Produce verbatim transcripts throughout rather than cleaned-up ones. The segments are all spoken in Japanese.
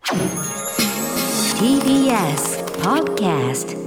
ティービーエス Podcast テ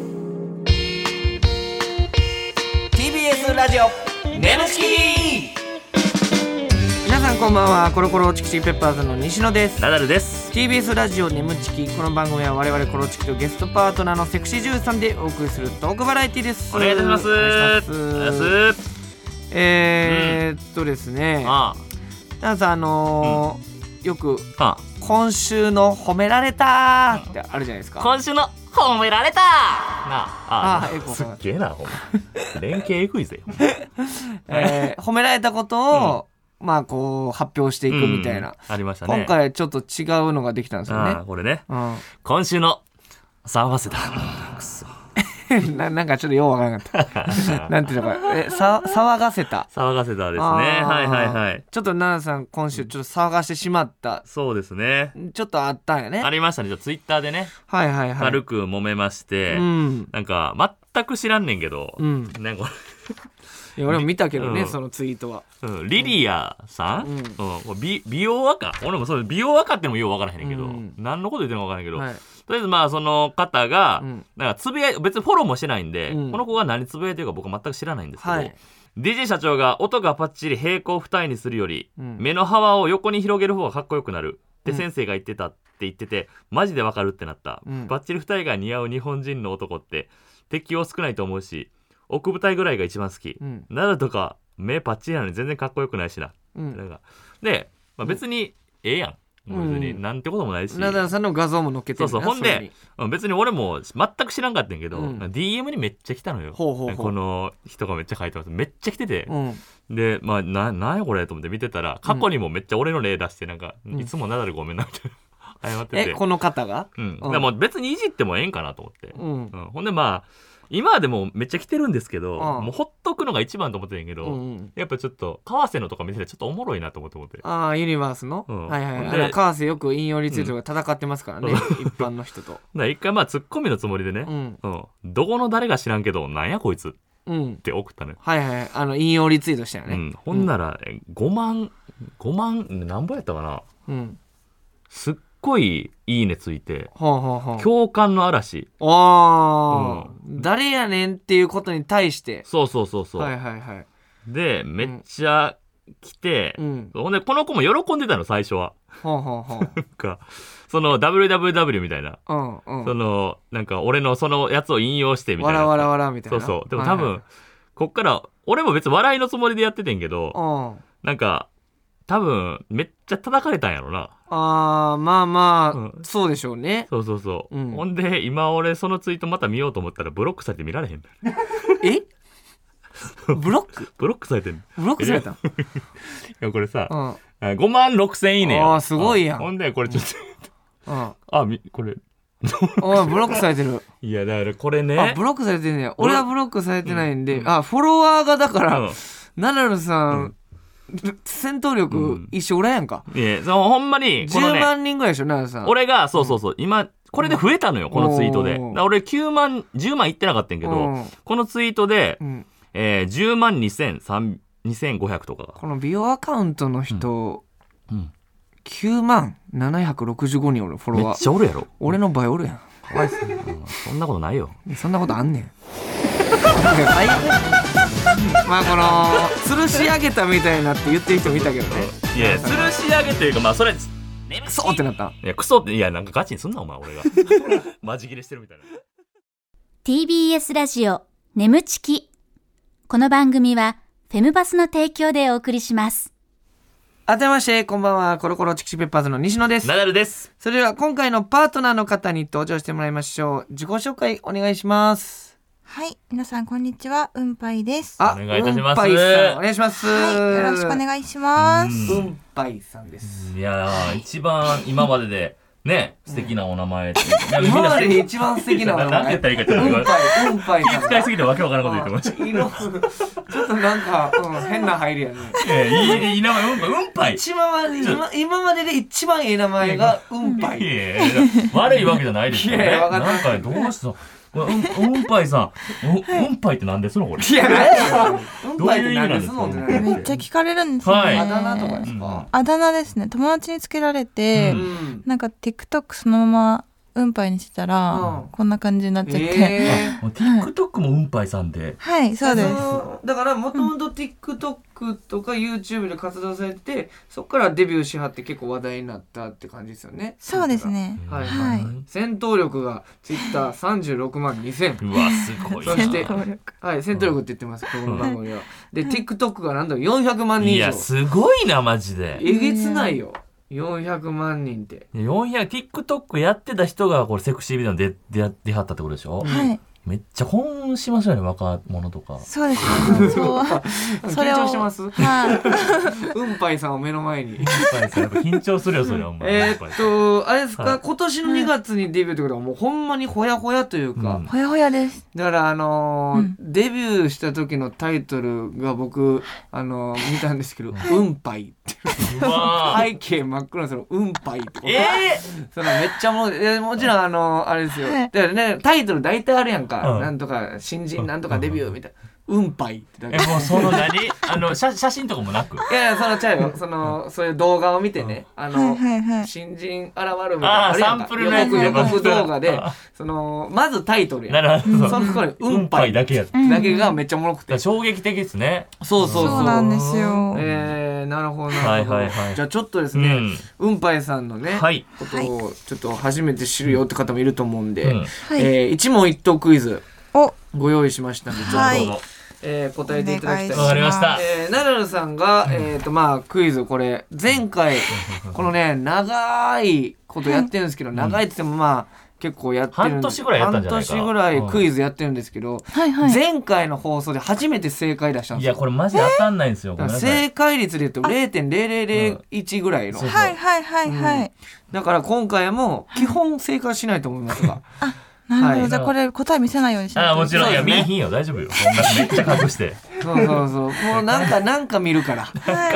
ィービーエス ラジオネムチキ。皆さんこんばんは。コロコロチキチキペッパーズの西野です。 ナダルです。 ティービーエス ラジオネムチキ。この番組は我々コロチキとゲストパートナーのセクシージューさんでお送りするトークバラエティです。 お願いいたします。 お願いします。 お願いします。 えー、っとですね、 あ皆さんあのーうん、よくあ今週の褒められたってあるじゃないですか。 今週の褒められたなああ、えー、 すっげえな、ほんま連携えぐいぜえー、褒められたことを、うん、まあこう発表していくみたいな、うん、 ありましたね。 今回ちょっと違うのができたんですよね。 あこれね、 うん、 今週の騒がせたくそな, なんかちょっとようわからなかったなんていうのかえさ騒がせた騒がせたですね。はいはいはい。 ちょっと奈々さん今週ちょっと騒がしてしまった、 そうですね、 ちょっとあったんやね。 ありましたね。ツイッターでね、 はいはいはい、 軽く揉めまして、うん、なんか全く知らんねんけど、うん、なんかいや俺も見たけどね、 うん、 そのツイートは、 うん、リリアさん、うんうん、美, 美容赤俺もそう美容赤ってのもよう分からへんねんけど、うん、何のこと言ってるのか分からへんけど、はい、とりあえずまあその方が、うん、なんかつぶや別にフォローもしてないんで、うん、この子が何つぶやいてるか僕は全く知らないんですけど、はい、ディージェー 社長が音がパッチリ平行二重にするより、うん、目の幅を横に広げる方がかっこよくなるって先生が言ってたって言ってて、うん、マジでわかるってなった、うん、パッチリ二重が似合う日本人の男って敵を少ないと思うし奥二重ぐらいが一番好き、うん、なるとか目パッチリなのに全然かっこよくないしな、うん、なんかで、まあ、別にええやん、別になんてこともないし、 ナダルさんの画像も載っけてる。 そうそう。ほんで別に俺も全く知らんかったんやけど、うん、ディーエム にめっちゃ来たのよ。ほうほうほう、この人がめっちゃ書いてます。めっちゃ来てて、うん、でまあななんやこれと思って見てたら過去にもめっちゃ俺の例出してなんか、うん、いつもナダルごめんなみたいな謝ってて、 えこの方が、 うんうん、でも別にいじってもええんかなと思って、うんうん、ほんでまあ今はでもめっちゃ来てるんですけど、もうほっとくのが一番と思ってるんやけど、うんうん、やっぱちょっと川瀬のとか見ててちょっとおもろいなと思って思ってああユニバースの、うん、はいはい、あの川瀬よく引用リツイートが戦ってますからね、うん、一般の人とだ一回まあツッコミのつもりでね、うんうん、どこの誰が知らんけどなんやこいつ、うん、って送ったのよ。 はいはい、あの引用リツイートしたよね、うん、 ほんならごまんごまん何ぼやったかな、うん、すっごいいいねついて、はあはあはあ、共感の嵐。 あ、うん、誰やねんっていうことに対してそうそうそうそう、 はいはいはい、 でめっちゃ来て、うん、ほんでこの子も喜んでたの最初は、はあはあはあ、なんかその ダブリューダブリューダブリュー みたいな、うんうん、そのなんか俺のそのやつを引用してみたいな、 わらわらわらみたいな、 そうそう。でも多分、はいはい、こっから俺も別に笑いのつもりでやっててんけど、なんか多分めっちゃ叩かれたんやろな。 あーまあまあ、うん、そうでしょうね。 そうそうそう、うん、ほんで今俺そのツイートまた見ようと思ったらブロックされて見られへんえブロックブロックされてんの。 ブロックされたいやこれさ、うん、ごまんろくせんいいねよ。 あーすごいやん。 ほんでこれちょっと、うん、あみこれおブロックされてる。 いやだからこれね、 あブロックされてんねや。俺はブロックされてないんで、うん、あフォロワーがだから、うん、ナダルさん、うん戦闘力一緒ぐらいやんか、 うん、いやそうほんまにこの、ね、じゅうまんにんぐらいでしょナダルさん。俺がそうそうそう、うん、今これで増えたのよ、うん、このツイートで。だ俺きゅうまんじゅうまんいってなかったんやけど、うん、このツイートで、うんえー、じゅうまんにせんごひゃくとかが。 この美容アカウントの人、うんうん、きゅうまんななひゃくろくじゅうごにんおるフォロワー。 めっちゃおるやろ。 俺の倍おるやん。 かわいそう、うん、そんなことないよ。 そんなことあんねんまあこの吊るし上げたみたいなって言ってる人もいたけどね。 いや吊るし上げというかまあそれクソってなった。 いやクソっていやなんかガチにすんなお前俺がマジ切れしてるみたいな。 ティービーエス ラジオ眠ちき。この番組はフェムバスの提供でお送りします。 あてましてこんばんは。コロコロチキチペッパーズの西野です。 ナダルです。 それでは今回のパートナーの方に登場してもらいましょう。自己紹介お願いします。 はい、皆さんこんにちは、うんぱいです。 あ、お願いいたします。 うんぱいさんお願いします、 はい、よろしくお願いします。 うんぱいさんです。 いやー一番今まででね素敵なお名前って今までで一番素敵なお名前何て言ったらいいかちょっとうんぱいうんぱい気使いすぎてわけわからんこと言ってました。 ちょっとなんか、うん、変な入りやね。 いやいいいい名前うんぱいうんぱい。 一番まで 今, 今までで一番いい名前がうんぱい。 いや悪いわけじゃないですよね。いやなんかどうしたうんうんぱいさん、うんぱいってなんですのこれ。 いや、 どういう意味なんですか。 めっちゃ聞かれるんですよね。 あだ名とかですか。 あだ名ですね。友達につけられて、なんか TikTok そのままうんぱいにしてたらこんな感じになっちゃって。 TikTok もうんぱいさんで。 はいそうです。 だからもともと TikTok とか YouTube で活動されて、そこからデビューしはって結構話題になったって感じですよね。 そうですね。 はいはい。戦闘力が Twitter さんじゅうろくまんにせん。 うわすごいな。 そしてはい戦闘力って言ってますこの番組は。で TikTok がなんとよんひゃくまんにん以上。 いやすごいなマジで。 えげつないよ。よんひゃくまんにんって。 よんひゃく TikTok やってた人がこれセクシービデオで出出はったってことでしょ。 はい。 めっちゃ混しますよね若者とか。 そうですね。そう。 緊張してます。 はい。 うんぱいさんを目の前に。 うんぱいさんやっぱ緊張するよそれはお前。 えっとあれですか、今年のにがつにデビューってことはもうほんまにほやほやというか。 ほやほやです。 だからあのデビューした時のタイトルが僕あの見たんですけど、うんぱいって。背景真っ黒のうんぱいってこと。 えそのめっちゃもうもちろんあのあれですよ。だからねタイトル大体あるやんか。なんとか新人なんとかデビューみたいな。うんぱいってだけ。 えもうその何あの写写真とかもなく。 いやいやそのちゃうよ。そのそういう動画を見てね、あの新人現るみたいなあれやんか。予告予告動画でそのまずタイトルやん。 なるほど。 そのこれうんぱいだけやだけがめっちゃおもろくて衝撃的ですね。 そうそうそうなんですよ。 えーなるほどなるほど。じゃあちょっとですね、うんぱいさんのねことをちょっと初めて知るよって方もいると思うんで、え一問一答クイズご用意しましたんでちょっとえー、答えていただきたい。 わかりました。 えー、ナダルさんが、えっ、ー、とまあクイズこれ前回このね長いことやってるんですけど、長いって言ってもまあ結構やってるんで半年ぐらいやったんじゃないか。 半年ぐらいクイズやってるんですけど、はいはい、前回の放送で初めて正解出したんですよ。 いやこれマジで当たんないんですよ。 正解率で言うと ゼロてんゼロゼロゼロいち ぐらいの。 はいはいはいはい、うん。 だから今回も基本正解しないと思いますが。 なるほど、はい、じゃあこれ答え見せないようにしないと。 あもちろんいや見えひんよ大丈夫よ。そんなめっちゃ隠して。 そうそうそうもうなんかなんか見るから。はい、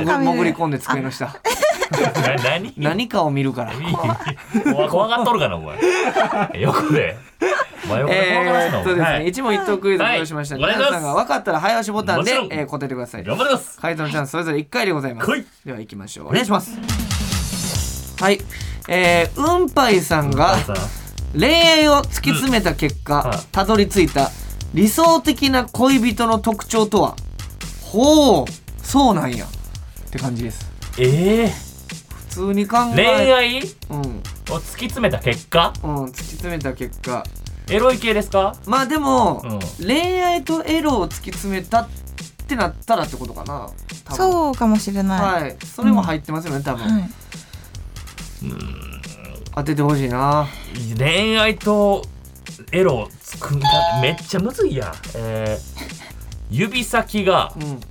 うん、潜り込んで机の下。 何何かを見るから。 怖がっとるかなお前。横で。 えーっとですね、一問一答クイズを用意しました。皆さんが分かったら早押しボタンで、えー、答えてください。 頑張ります。 回答のチャンスそれぞれいっかいでございます。では行きましょう。お願いします。はい、えー、うんぱいさんが恋愛を突き詰めた結果、うん、たどり着いた理想的な恋人の特徴とは。ほう、そうなんやって感じです。 ええー、 普通に考え恋愛、 うん、を突き詰めた結果、 うん、突き詰めた結果エロい系ですか。 まあでも、 うん、 恋愛とエロを突き詰めたってなったらってことかな。 そうかもしれない。 はい、それも入ってますよね、うん、多分、はい、うん当ててほしいな。 恋愛とエロを作んだめっちゃむずいやん。えー、指先が、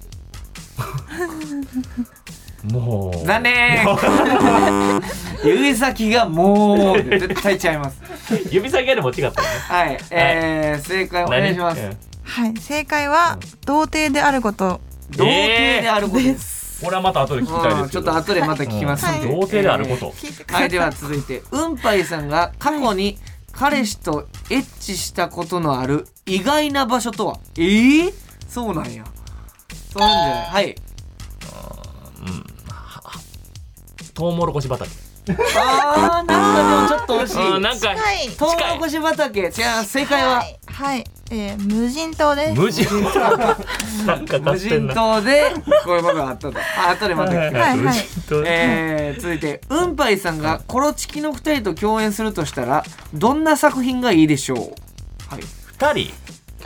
うん、もう残念指先がもう絶対ちゃいます。 指先がでも違ったよね。 はい、えー、正解お願いします。 はい、正解は、うん、童貞であること。 童貞であることです。 これはまた後で聞きたいですけど、 ちょっと後でまた聞きますんで、 童貞であること、 えー、はいでは続いてうんぱいさんが過去に彼氏とエッチしたことのある意外な場所とは。えー、そうなんや。そうなんじゃない。はい。 うん。トウモロコシ畑。 あーなんかでもちょっと惜しい。 なんかトウモロコシ畑。じゃあ正解は、 はいはい、えー、無人島です。 無人島なんか無人島でこういうものがあったと。あ、後でまた聞きます。 はいはい、 えー、続いてうんぱいさんがコロチキのふたりと共演するとしたらどんな作品がいいでしょう。はい、 ふたりと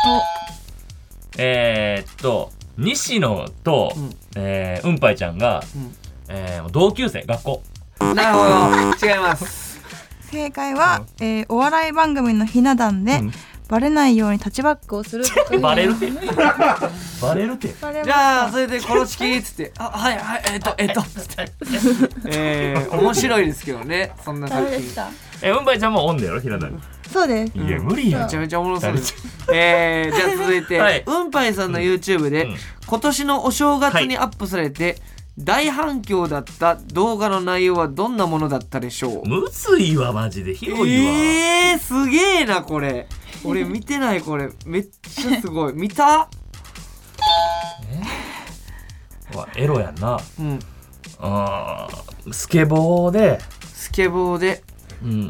えー、っと西野と、うんえー、うんぱいちゃんが、うんえー、同級生学校。 なるほど違います。 正解は、うんえー、お笑い番組のひな壇で、うん、バレないようにタッチバックをするバレるってバレるってじゃあそれでコロチキっつってあはいはいえっとえっとつってえー、面白いですけどねそんな作品。 えうんぱいちゃんもオンだよひな壇に。 そうです。 いや無理やめちゃめちゃおもろそうです。えー、じゃあ続いて、はい、うんぱいさんの YouTube で、うん、今年のお正月にアップされて、はい大反響だった動画の内容はどんなものだったでしょう。 むずいわマジで広いわ。 えー、すげえなこれ。俺見てないこれめっちゃすごい。見た？ えわエロやんな。 うん。 あースケボーでスケボーでうん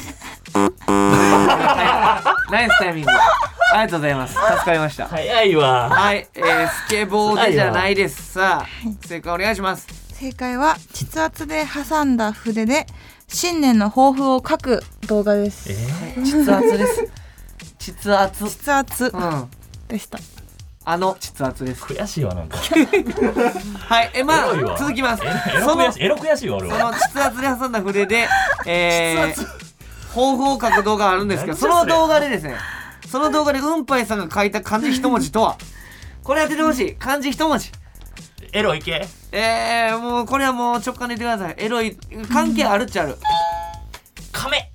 ナイスタイミング。ありがとうございます。助かりました。 早いわ。 はい、えー、スケボーでじゃないです。さあ正解お願いします。 正解は膣圧で挟んだ筆で新年の抱負を書く動画です。 えー、 膣圧です。膣圧膣圧、 うん、 でした。 あの膣圧です。 悔しいわなんかはいえまあ続きます。 エロ悔しいエロ悔しいわ俺は。 その膣圧で挟んだ筆でえー、抱負を書く動画あるんですけど、その動画でですねその動画でうんぱいさんが書いた漢字一文字とはこれ当ててほしい。漢字一文字。 エロいけ。 えー、もうこれはもう直感で言ってください。エロい関係あるっちゃある。 亀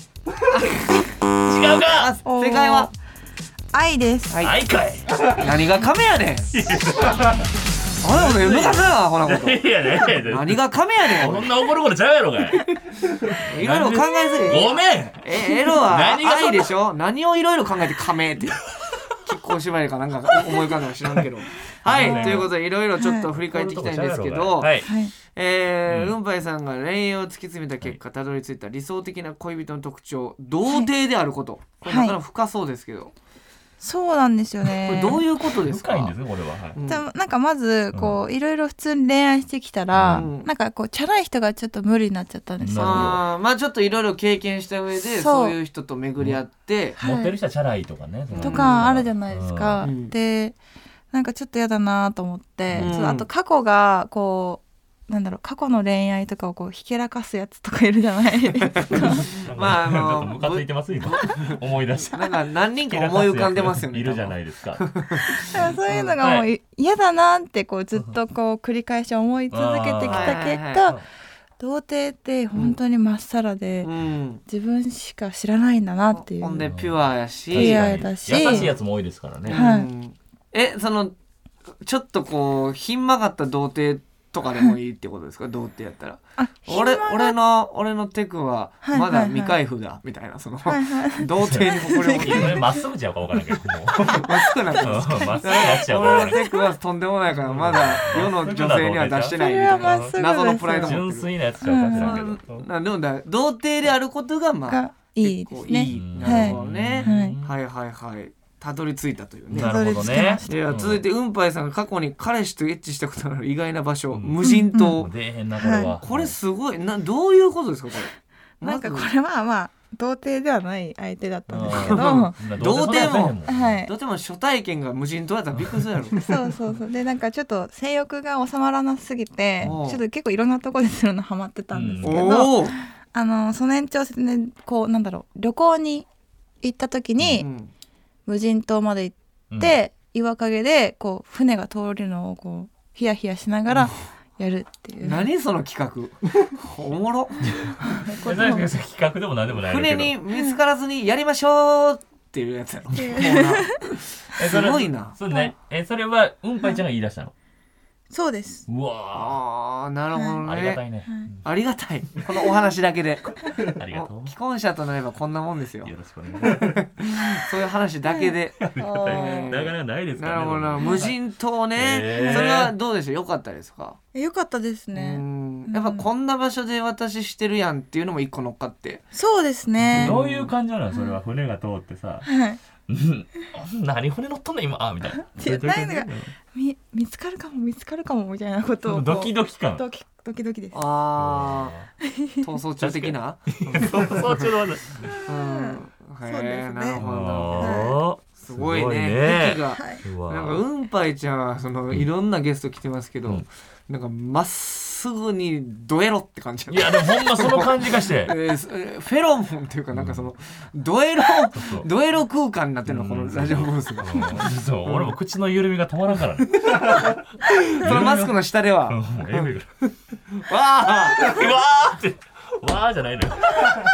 違うか。 正解は愛です。 愛かい。 何が亀やねん。あれもね昔だなこんなこと。 いやね何が亀やねん。 そんな怒ることちゃうやろがい。 いろいろ考えすぎ。 ごめん。 えエロは愛でしょ。何をいろいろ考えて亀って亀甲縛りかなんか思い浮かんだか知らんけど。はいということでいろいろちょっと振り返っていきたいんですけど、 はいえーうんぱいさんが恋愛を突き詰めた結果たどり着いた理想的な恋人の特徴、童貞であること。これなかなか深そうですけど。 そうなんですよね。 これどういうことですか。 深いんですねこれは。はいじゃなんかまずこういろいろ普通に恋愛してきたら、 うんなんかこうチャラい人がちょっと無理になっちゃったんですよ。 あまあちょっといろいろ経験した上でそうそういう人と巡り合って、 はい持ってる人はチャラいとかね。 とかあるじゃないですか。 うんでなんかちょっとやだなと思って、 うんちょっとあと過去がこうなんだろう過去の恋愛とかをこうひけらかすやつとかいるじゃないですか。 まああのちょっとムカついてます今思い出した。 なんか何人か思い浮かんでますよね。 いるじゃないですか。 だからそういうのがもう嫌だなってこうずっとこう繰り返し思い続けてきた結果、童貞って本当にまっさらで、 うん、 自分しか知らないんだなっていう。 ほんでピュアやし、 ピュアだし優しいやつも多いですからね。 はいうん、えそのちょっとこうひん曲がった童貞とかでもいいってことですか。童貞やったら俺俺の俺のテクはまだ未開封だみたいなその童貞に誇りを持ってまっすぐちゃうか分からんけどまっすぐなんですか。 まっすぐなっちゃうか俺分からんのテクはとんでもないからまだ世の女性には出してないみたいな謎のプライド持ってる。 純粋なやつちゃうか知らんけど。 なんでもだ童貞であることがまあいいですね。 いいなるほどね。 はいはいはいはいたどり着いたというね。 なるほどね。 では続いてうんぱいさんが過去に彼氏とエッチしたことのある意外な場所、無人島。 出えへんなこれは。 これすごいな。どういうことですかこれ。 なんかこれはまあ童貞ではない相手だったんですけど童貞もはい童貞も初体験が無人島だったらびっくりするやろ。 そうそうそうでなんかちょっと性欲が収まらなすぎてちょっと結構いろんなとこでするのハマってたんですけど、あのその延長線でこうなんだろう旅行に行った時に、うん、無人島まで行って、うん、岩陰でこう船が通るのをこうヒヤヒヤしながらやるっていう。 何その企画おもろ企画でも何でもないけど船に見つからずにやりましょうっていうやつやろすごいな。 それ、ね、えそれはうんぱいちゃんが言い出したの。 そうです。 うわあなるほどね、 ありがたいね、 ありがたいこのお話だけでありがとう。 既婚者となればこんなもんですよ。 よろしくお願いしますそういう話だけでありがたい。なかなかないですからね。 なるほどな。無人島ね、それはどうでしょう。良かったですか。 良かったですね。 やっぱこんな場所で私してるやんっていうのも一個乗っかって。 そうですね。 どういう感じなのそれは。船が通ってさ、 はい何船乗ったんだ今あみたいな。 なんか見見つかるかも見つかるかもみたいなことをドキドキ感。 ドキドキドキです。 ああ逃走中的な。 逃走中の話。 うんそうですね。 なるほど。すごいね。敵がなんかうんぱいちゃんはそのいろんなゲスト来てますけど、なんかまっすぐにドエロって感じ。 いやでもほんまその感じがして、 えー、フェロモンっていうかなんかそのドエロドエロ空間になってるのこのラジオブースが。 そう、俺も口の緩みが止まらんからね。 そのマスクの下では。わあわあってわあじゃないのよ。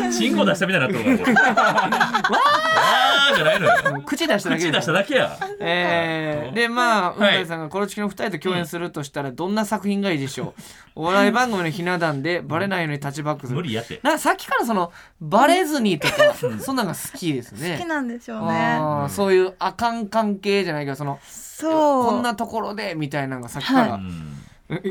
信号出したみたいになってるからわーじゃないのよ。 口出しただけ口出しただけや。 えー、でまあ、うんたいさんがコロチキのふたりと共演するとしたらどんな作品がいいでしょう。お笑い番組のひな壇でバレないようにタッチバックする。 無理やって。 なんかさっきからそのバレずにとかそんなのが好きですね。 好きなんでしょうね。 あ、そういうあかん関係じゃないけどそのそうこんなところでみたいなのがさっきから、はい、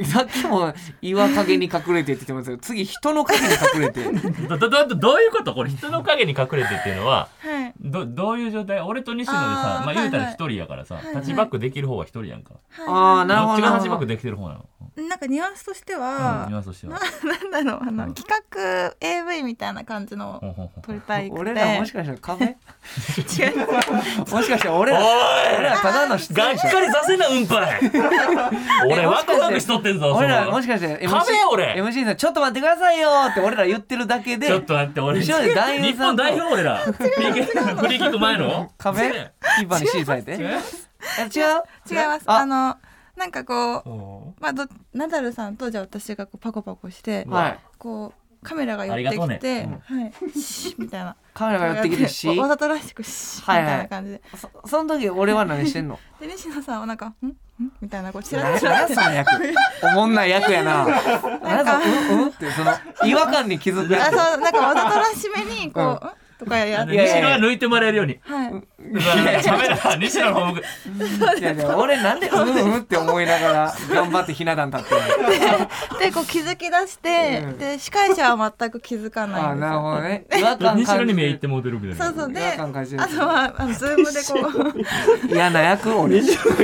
さっきも岩陰に隠れてって言ってますけど次人の影に隠れてど, ど, ど, どういうことこれ人の影に隠れてっていうのは、はい、ど, どういう状態。俺と西野でさまあ言うたら一人やからさ、はいはい、タッチバックできる方は一人やんか、 はいはい、ああなるほど。 どっちがタッチバックできてる方なの。 なんかニュアンスとしては、うん、ニュアンスとしては な, なんだろうあの、うん、企画 エーブイ みたいな感じの撮りたいくて。 俺らもしかしたらカフェ違うもしかして俺ら俺らただの出演者。 がっかりさせなうんぱい俺ワクワクしとってんぞ。 俺らもしかして エムシーカフェ俺エムシー さんちょっと待ってくださいよって俺ら言ってるだけでちょっと待って俺後ろで男優日本代表俺らフリーキック前のカフェキーパーに指示されて違う違う違います。あのなんかこう、まあ、どナダルさんとじゃあ私がこうパコパコして、はい、こうカメラが寄ってきて、ねうんはい、シッみたいなカメラが寄ってきてシわざとらしくシッみたいな感じで、はいはい、そ, その時俺は何してんので西野さんはなんかんんみたいなこうチラチラその役おもんない役やななんかうんうんってその違和感に気づくあそうなんかわざとらしめにこう、うんとかやって西野が抜いてもらえるように。 はい。 カメラ西野の方向く。 いやいや俺なんでうんうんって思いながら頑張ってひな壇立ってるの。でこう気づき出して、うん、で司会者は全く気づかないんですよ。 あなるほどね。違和感西野に目いってモデルみたいな。 そうそうであとはあのズームでこう嫌な役俺。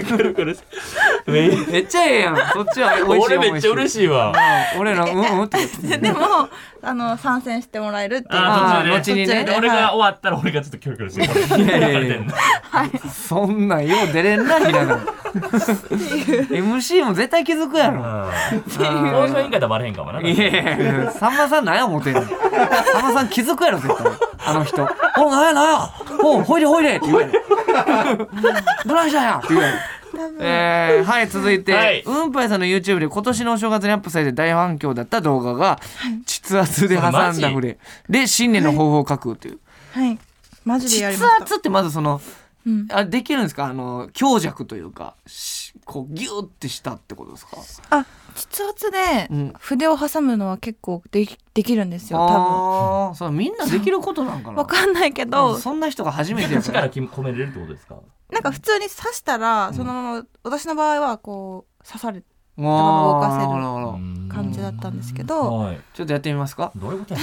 めっちゃええやん。そっちは美味しい。 俺めっちゃ嬉しいわ。 俺らうんうんって。 でもあの参戦してもらえるっていう。 ああ後にね。 俺が終わったら俺がちょっとキョロキョロしてる。いやいやいやはい、そんなんよう出れんなひな壇エムシー も絶対気づくやろ。 交渉委員会でバレへんかもな。 いやいやさんまさんなんや思ってんの。さんまさん気づくやろ絶対あの人。おなんやなんやおほいでほいでって言うやろどないしたんやって言うやろ。えー、はい続いて、はい、うんぱいさんの YouTube で今年のお正月にアップされて大反響だった動画が、はい、膣圧で挟んだフレで新年の抱負を書くという、 はいはいマジでやりました。 膣圧ってまずその、うん、あできるんですか。あの強弱というかこうギューってしたってことですか。 あ膣圧で筆を挟むのは結構で き, できるんですよ多分。 あそうみんなできることなんかな。 わかんないけど、 うん、そんな人が初めてやから力込めれるってことですか。 なんか普通に刺したら、うん、そのまま私の場合はこう刺されたまま動かせる感じだったんですけど、 はい、ちょっとやってみますか。 どういうことや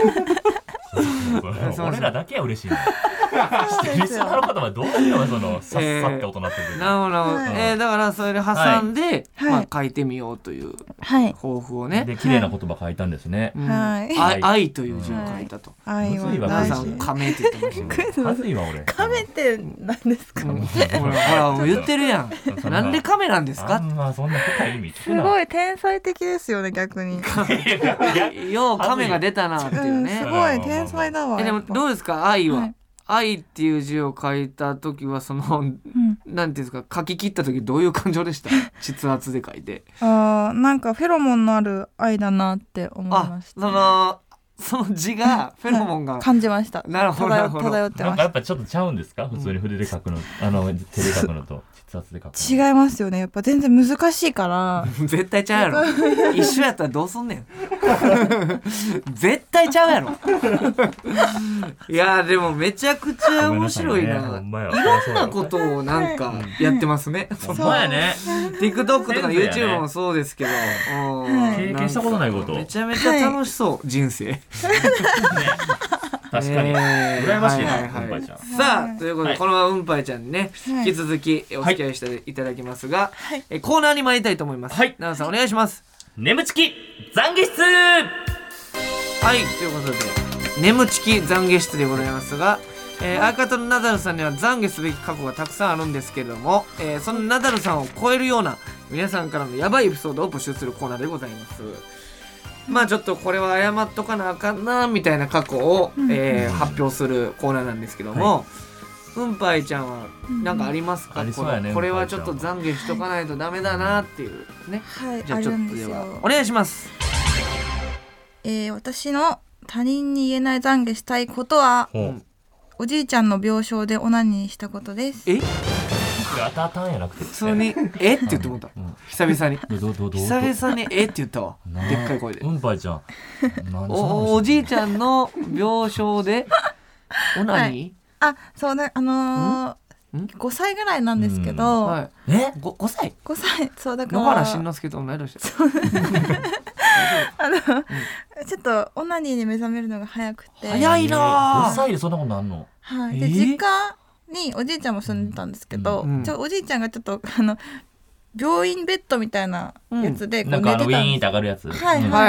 俺らだけは嬉しいね。リスナーの方はどういうのそのさっさって音鳴ってる。 なるほど、はいえー、だからそれで挟んで、はいまあ、書いてみようという抱負をね、はい、 で綺麗な言葉書いたんですね、 はい、愛, 愛という字を書いたと。 愛は大事。亀って言ってましたね。 はずいわ俺。 亀って何ですか、うん、 ほらほら言ってるやん。なんで亀なんですか。 あんまそんな深い意味。 すごい天才的ですよね逆に。 よう亀が出たなっていうね、 うん、すごい天才だわ。 えでもどうですか愛は、はい、愛っていう字を書いた時はその、うん、なんていうんですか書き切った時どういう感情でした膣圧で書いて。 あなんかフェロモンのある愛だなって思いました。 あそのその字がフェロモンが、はい、 感じました。 なるほどなるほど。 漂ってました。 なんかやっぱちょっとちゃうんですか普通に筆で書くの、うん、あの手で書くのと膣圧で書くの。違いますよねやっぱ全然難しいから絶対ちゃうやろ一緒やったらどうすんねん絶対ちゃうやろいやでもめちゃくちゃ面白い な, な、ね、いろんなことをなんかやってますね。 ほんまやね。 TikTok とか YouTube もそうですけど、 はい、経験したことないことめちゃめちゃ楽しそう、はい、人生ね、 確かに、えー、羨ましいな、はいはいはい、うんぱいちゃん。 さあということで、はい、このままうんぱいちゃんにね、はい、引き続きお付き合いしていただきますが、はい、えコーナーに参りたいと思います。はい、奈々さんお願いします。 眠ちき懺悔室。 はいということで眠ちき懺悔室でございますが、えー、相方のナダルさんには懺悔すべき過去がたくさんあるんですけれども、えー、そのナダルさんを超えるような皆さんからのヤバいエピソードを募集するコーナーでございます。まあちょっとこれは謝っとかなあかんなみたいな過去を、えー、発表するコーナーなんですけども、はい、うんぱいちゃんは何かありますか、うん、こ, れこれはちょっと懺悔しとかないとダメだなっていうね、 はい、 じゃあちょっとではお願いします。 えー、私の他人に言えない懺悔したいことは、うん、おじいちゃんの病床でオナニーしたことです。 えあたたんやなくて普通にえって言って思った、うん、久々に久々にえって言ったわでっかい声で。 うんぱいちゃんお, おじいちゃんの病床でオナニー、はい、あそうねあのー、ごさいぐらいなんですけど、 はい、え 5, 5歳 ?ごさいそうだから野原しんのすけと同い年だあの、うん、ちょっとオナニーに目覚めるのが早くて早いなごさいでそんなことあんの、 はい、で、えー、実家におじいちゃんも住んでたんですけど、うん、ちょおじいちゃんがちょっとあの病院ベッドみたいなやつでこう寝てたんです、うん、なんかあのウィーンって上がるやつ、 はいはい、はい、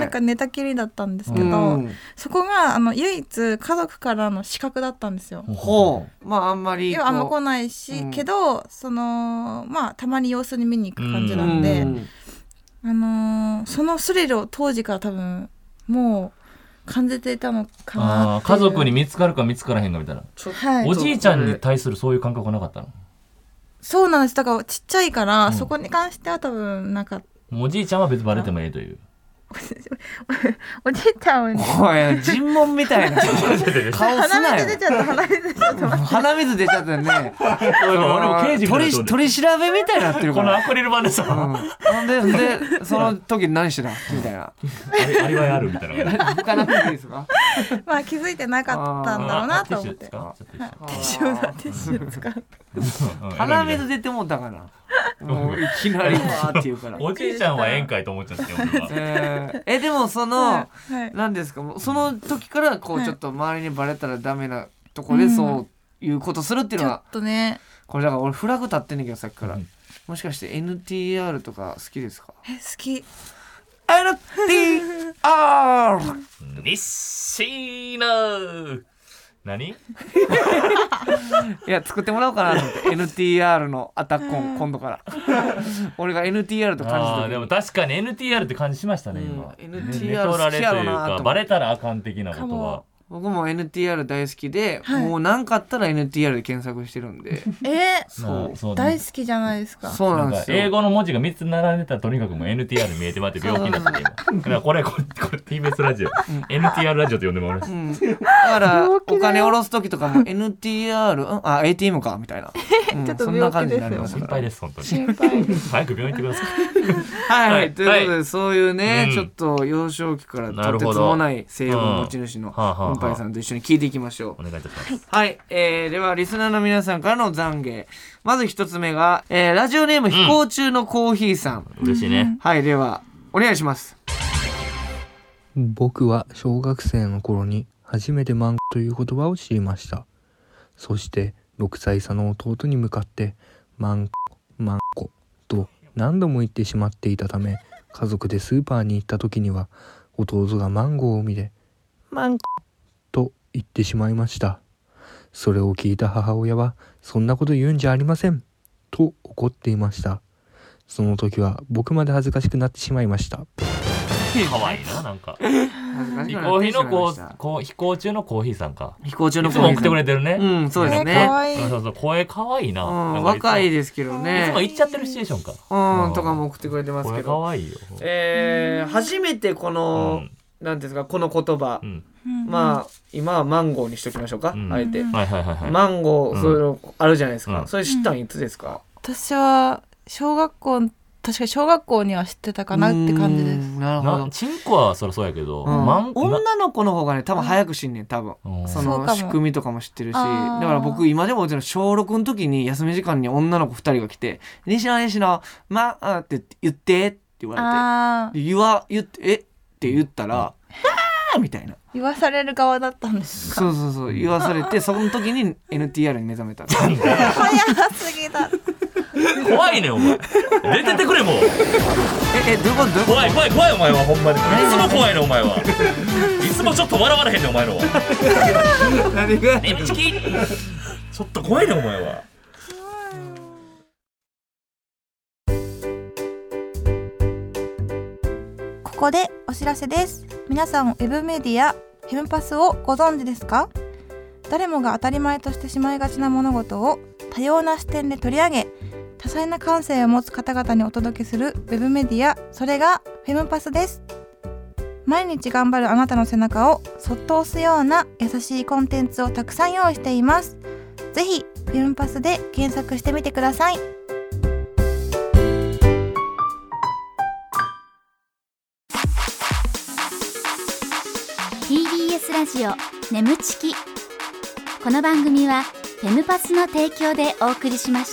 なんか寝たきりだったんですけど、うん、そこがあの唯一家族からの資格だったんですよ。 ほうまああんまりあんま来ないし、うん、けどそのまあたまに様子に見に行く感じなんで、うん、あのー、そのスリルを当時から多分もう感じていたのかなって。 あ家族に見つかるか見つからへんかみたいな、はい、おじいちゃんに対するそういう感覚はなかったの？ そうなんです。だからちっちゃいから、うん、そこに関しては多分なんかおじいちゃんは別にバレてもいいというおじいちゃんは、ね、おい尋問みたいな顔すなよ。 鼻水出ちゃった鼻水出ちゃった鼻水出ちゃったね俺も刑事取り取り調べみたいになってるからこのアクリル板でさ、 うん、ででその時何してたみたいなアリバイあるみたいな他の時ですかまあ気づいてなかったんだろうなと思って。ティッシュだティッシュ使って鼻水出てもうたかなもういきなりわーって言うからおじいちゃんは宴会と思っちゃって俺は、 えー、えでもその、はいはい、何ですかその時からこうちょっと周りにバレたらダメなとこでそういうことするっていうのは、 うん、ちょっとねこれだから俺フラグ立ってんねんけどさっきから、うん、もしかして エヌティーアール とか好きですか？ え好きエヌティーアールニッシーナ何いや作ってもらおうかなと思ってエヌティーアール のアタッコン今度から俺が エヌティーアール と感じた時でも確かに エヌティーアール って感じしましたね、うん、今エヌティーアール 好きやろなとバレたらあかん的なことは僕も エヌティーアール 大好きで、はい、もう何かあったら エヌティーアール で検索してるんでえー、そうそう、ね、大好きじゃないですか。 そうなんですよ。 英語の文字がみっつ並んでたらとにかくもう エヌティーアール 見えてもらって病気になってだからこれこれこれ ティービーエス ラジオ、うん、エヌティーアール ラジオと呼んでもらいます、うん、だからお金下ろす時とかも エヌティーアール うんあ エーティーエム かみたいな、 うん、ちょっとそんな感じになりますから心配です本当に心配早く病院行ってくださいはい、はい、ということで、はい、そういうね、うん、ちょっと幼少期からとてつもない性欲の持ち主のうんぱいさんと一緒に聞いていきましょう。 お願いいたします。 はい、えー、ではリスナーの皆さんからの懺悔。まず一つ目が、えー、ラジオネーム飛行中のコーヒーさん、 うん、嬉しいね。 はい、ではお願いします。 僕は小学生の頃に初めてマンコという言葉を知りました。そしてろくさい差の弟に向かってマンコマンコと何度も言ってしまっていたため、家族でスーパーに行った時には弟がマンゴーを見てマンコと言ってしまいました。それを聞いた母親はそんなこと言うんじゃありませんと怒っていました。その時は僕まで恥ずかしくなってしまいました。 可愛いな、なんか飛行機のこうこう飛行中のコーヒーさんか。 飛行中のコーヒーさんいつも送ってくれてるね。 うん、そうですね。 可愛い。 そうそう声可愛いな。 うん、若いですけどね。 いつも行っちゃってるシチュエーションか。 うん、とかも送ってくれてますけど。 可愛いよ。 えー、初めてこの、うん、なんですかこの言葉、うん、まあ今はマンゴーにしときましょうか、うん、あえて、はいはいはいはい、マンゴーそういうのあるじゃないですか、うん、それ知ったんいつですか？ 私は小学校確かに小学校には知ってたかなって感じです。 なるほど。 チンコはそりゃそうやけど、うん、 マン女の子の方がね多分早く知んねん多分、うん、その仕組みとかも知ってるし、だから僕今でも小ろくの時に休み時間に女の子ふたりが来て「西野西野まあ」って言ってって言われて、言わ言ってえって言ったら「うん、みたいな言わされる側だったんですか？ そうそうそう言わされてその時に エヌティーアール に目覚めた。 早すぎだ。 怖いねお前出ててくれもうええどういうことどういうこと怖い怖い怖いお前はほんまにいつも怖いねお前はいつもちょっと笑われへんねお前のは何がねみちきちょっと怖いねお前は。 ここでお知らせです。皆さんウェブメディアフェムパスをご存知ですか？誰もが当たり前としてしまいがちな物事を多様な視点で取り上げ、多彩な感性を持つ方々にお届けするウェブメディア、それがフェムパスです。 毎日頑張るあなたの背中をそっと押すような優しいコンテンツをたくさん用意しています。ぜひフェムパスで検索してみてください。 ティービーエス ラジオ眠ちき。この番組はフェムパスの提供でお送りしました。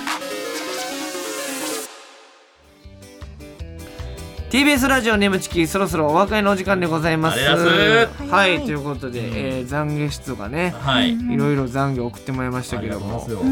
ティービーエス ラジオ眠ちき、そろそろお別れのお時間でございます。 ありがとうございます。 はい、ということで、えー、懺悔室がね、 はい、 いろいろ懺悔送ってもらいましたけども、 うん、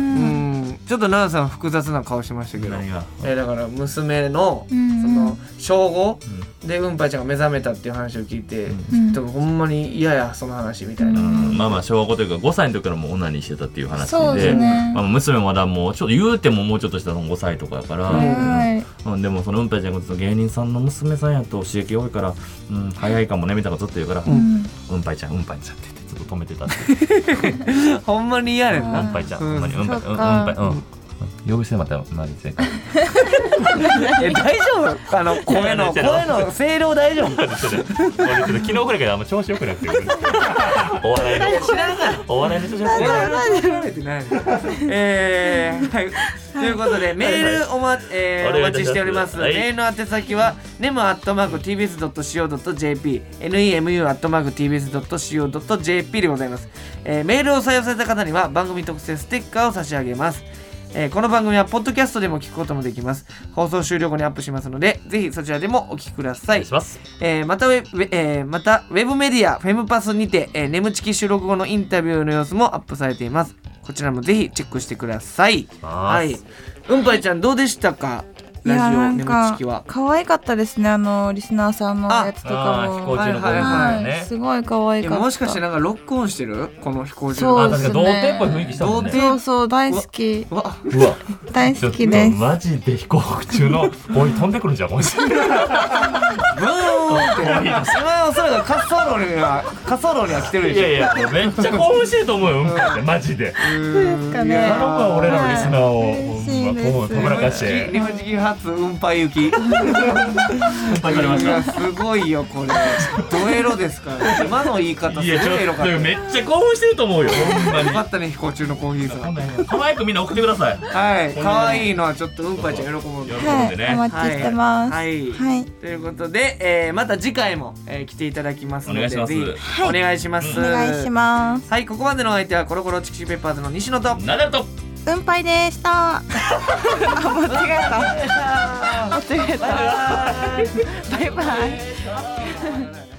ちょっと奈々さん複雑な顔しましたけど、えー、だから娘のその小ごでうんぱいちゃんが目覚めたっていう話を聞いて、うん、ちょっとほんまに嫌やその話みたいな、うん、 まあまあ小ごというかごさいの時からもうオナニーしてたっていう話で、 そうですね、 まあ、娘もまだもうちょっと言うてももうちょっとしたのごさいとかやから、うんうん、でもそのうんぱいちゃんが芸人さんの娘さんやと刺激多いから、うん、早いかもねみたいなことずっと言うから、うん、うんぱいちゃんうんぱいちゃんって言ってずっと止めてたってほんまに嫌やな、 うんぱいちゃん、うんぱい、うんぱい、うんぱい、うん呼び捨てまたマジでえ大丈夫？あの声の声の声量大丈夫？ 俺ちょっと昨日ぐらいからあんま調子よくなくてお笑いの知らなかったお笑いの調子よくなくてえーはいということでメールおま、えー、お待ちしております。メールの宛先は ネムアットマークティービーエスドットシーオードットジェーピー ネムアットマークティービーエスドットシーオードットジェーピー でございます。えー、メールを採用された方には番組特製ステッカーを差し上げます。えー、この番組はポッドキャストでも聞くこともできます。放送終了後にアップしますので、ぜひそちらでもお聞きください。 お願いします。 えー、またウェブ、えー、またウェブメディアフェムパスにて、えー、眠ちき収録後のインタビューの様子もアップされています。こちらもぜひチェックしてください。はい。うんぱいちゃんどうでしたか？ラジオ眠ちきは可愛かったですね。あのリスナーさんのやつとかも飛行中の声がね、 すごい可愛かった。 もしかしてなんかロックオンしてる？この飛行中の声。そうですね。童貞っぽい雰囲気したもんね。 そうそう大好き。 うわ大好きです。 マジで飛行中のボイ飛んでくるんじゃんもしかして。ブーンって今それが滑走路には滑走路には来てるでしょ。 いやいやめっちゃ興奮してると思うよ。うんぱいってマジで。 そうですかね。 頼むわ俺らのリスナーをほんま止めらかして。 眠ちき初うんぱい行き。うんぱいされました。 すごいよこれ。ドエロですから。今の言い方すごいエロかった。 めっちゃ興奮してると思うよ。ほんまに。 よかったね飛行中のコーヒーさん。 可愛くみんな送ってください。 はい。可愛いのはちょっとうんぱいちゃん喜ぶんで。 喜ぶんでね。 お待ちしてます。 はい。ということで、えー、また次回も、えー、来ていただきますので、 お願いします。 ぜひお願いします。 お願いします。 はい。ここまでのお相手はコロコロチキチキペッパーズの西野とナダルとうんぱいでした。あ間違えた。間違えた。バイバイ。